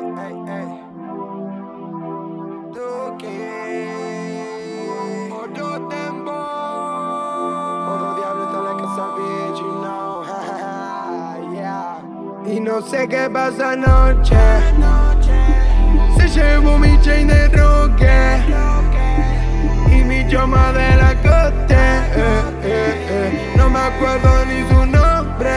ey, ey. Duque. Otro tempo. Otro diablo está en la casa, bitch, you know. Yeah. Y no sé qué pasa anoche. Se llevó mi chain de roque y mi choma de la coste. No me acuerdo ni su nombre.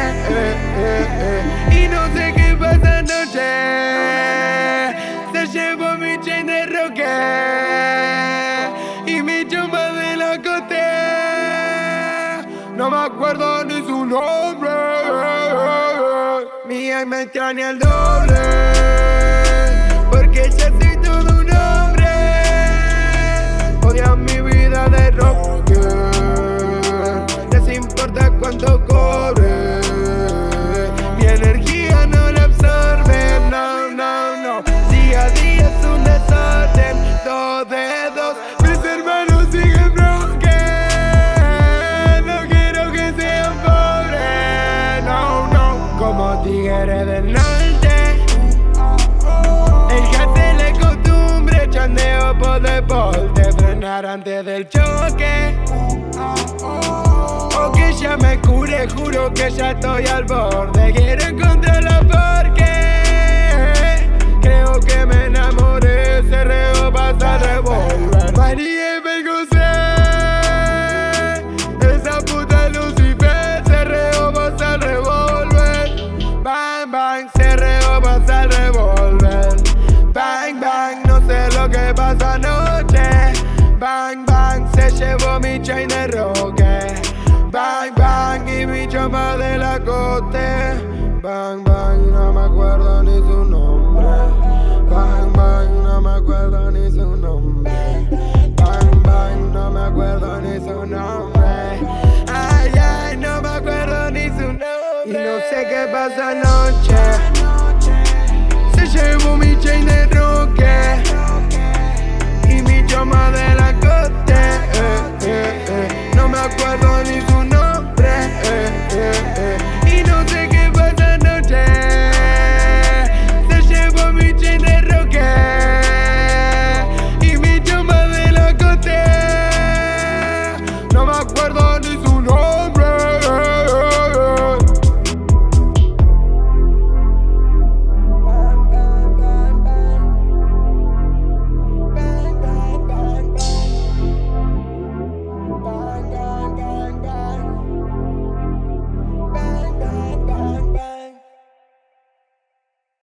Y no sé qué pasa anoche. Se llevó mi chain de roque y mi choma de la coste. No me acuerdo ni su nombre. Mi ex me extraña el doble, porque ya soy todo un hombre. Odia mi vida de rocker, les importa cuánto cobre. Mi energía no la absorbe, no, no, no. Día a día es un desorden, 2 dedos. Mis hermanos siguen broken. No quiero que sean pobres, no, no. Como tigre del norte, chandeo por deporte, frenar antes del choque. O que ya me cure, juro que ya estoy al borde. Quiero encontrarla porque creo que me enamoré. Se reo pasa revolver. María y Belgosé, esa puta Lucifer. Se reo pasa revolver. Bang, bang, se reo pasa revolver. Bang, bang, no sé lo que pasa anoche. Bang, bang, se llevó mi chain de roque. Bang, bang, y mi choma de la coste. Bang, bang, no me acuerdo ni su